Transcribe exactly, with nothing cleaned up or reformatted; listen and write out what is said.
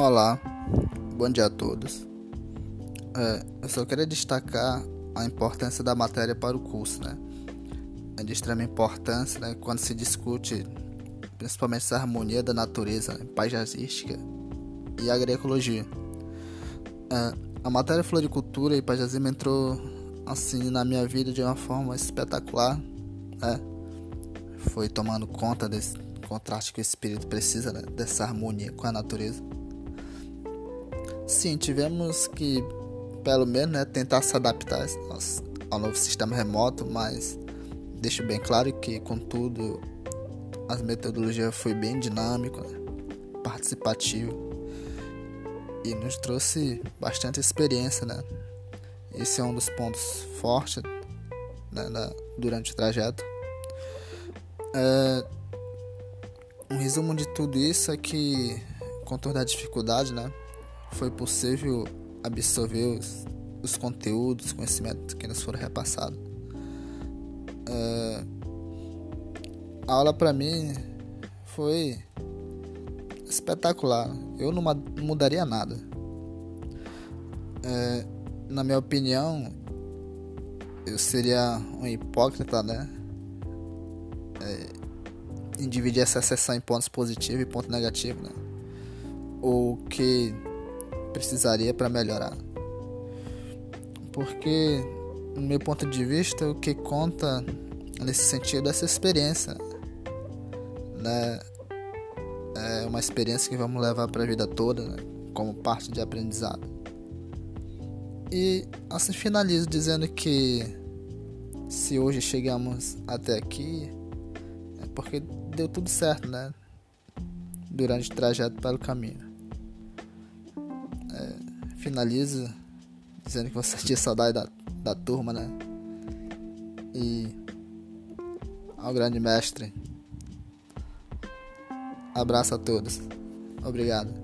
Olá, bom dia a todos. É, eu só queria destacar a importância da matéria para o curso, né? É de extrema importância, né, quando se discute principalmente essa harmonia da natureza, né, paisagística e agroecologia. É, a matéria floricultura e paisagismo entrou assim na minha vida de uma forma espetacular, né? Foi tomando conta desse contraste que o espírito precisa, né, dessa harmonia com a natureza. Sim, tivemos que, pelo menos, né, tentar se adaptar ao novo sistema remoto, mas deixo bem claro que, contudo, as metodologias foi bem dinâmico, né, participativo e nos trouxe bastante experiência, né? Esse é um dos pontos fortes, né, da, durante o trajeto. É, um resumo de tudo isso é que, com toda a dificuldade, né, foi possível absorver os, os conteúdos, os conhecimentos que nos foram repassados. É, a aula para mim foi espetacular. Eu não mudaria nada. É, na minha opinião, eu seria um hipócrita, né? É, em dividir essa sessão em pontos positivos e pontos negativos, né? O que precisaria para melhorar. Porque, no meu ponto de vista, o que conta nesse sentido é essa experiência, né? É uma experiência que vamos levar para a vida toda, né, como parte de aprendizado. E assim finalizo dizendo que se hoje chegamos até aqui é porque deu tudo certo, né? Durante o trajeto pelo caminho. É, finalizo dizendo que você tinha saudade da, da turma, né? E ao grande mestre, abraço a todos. Obrigado.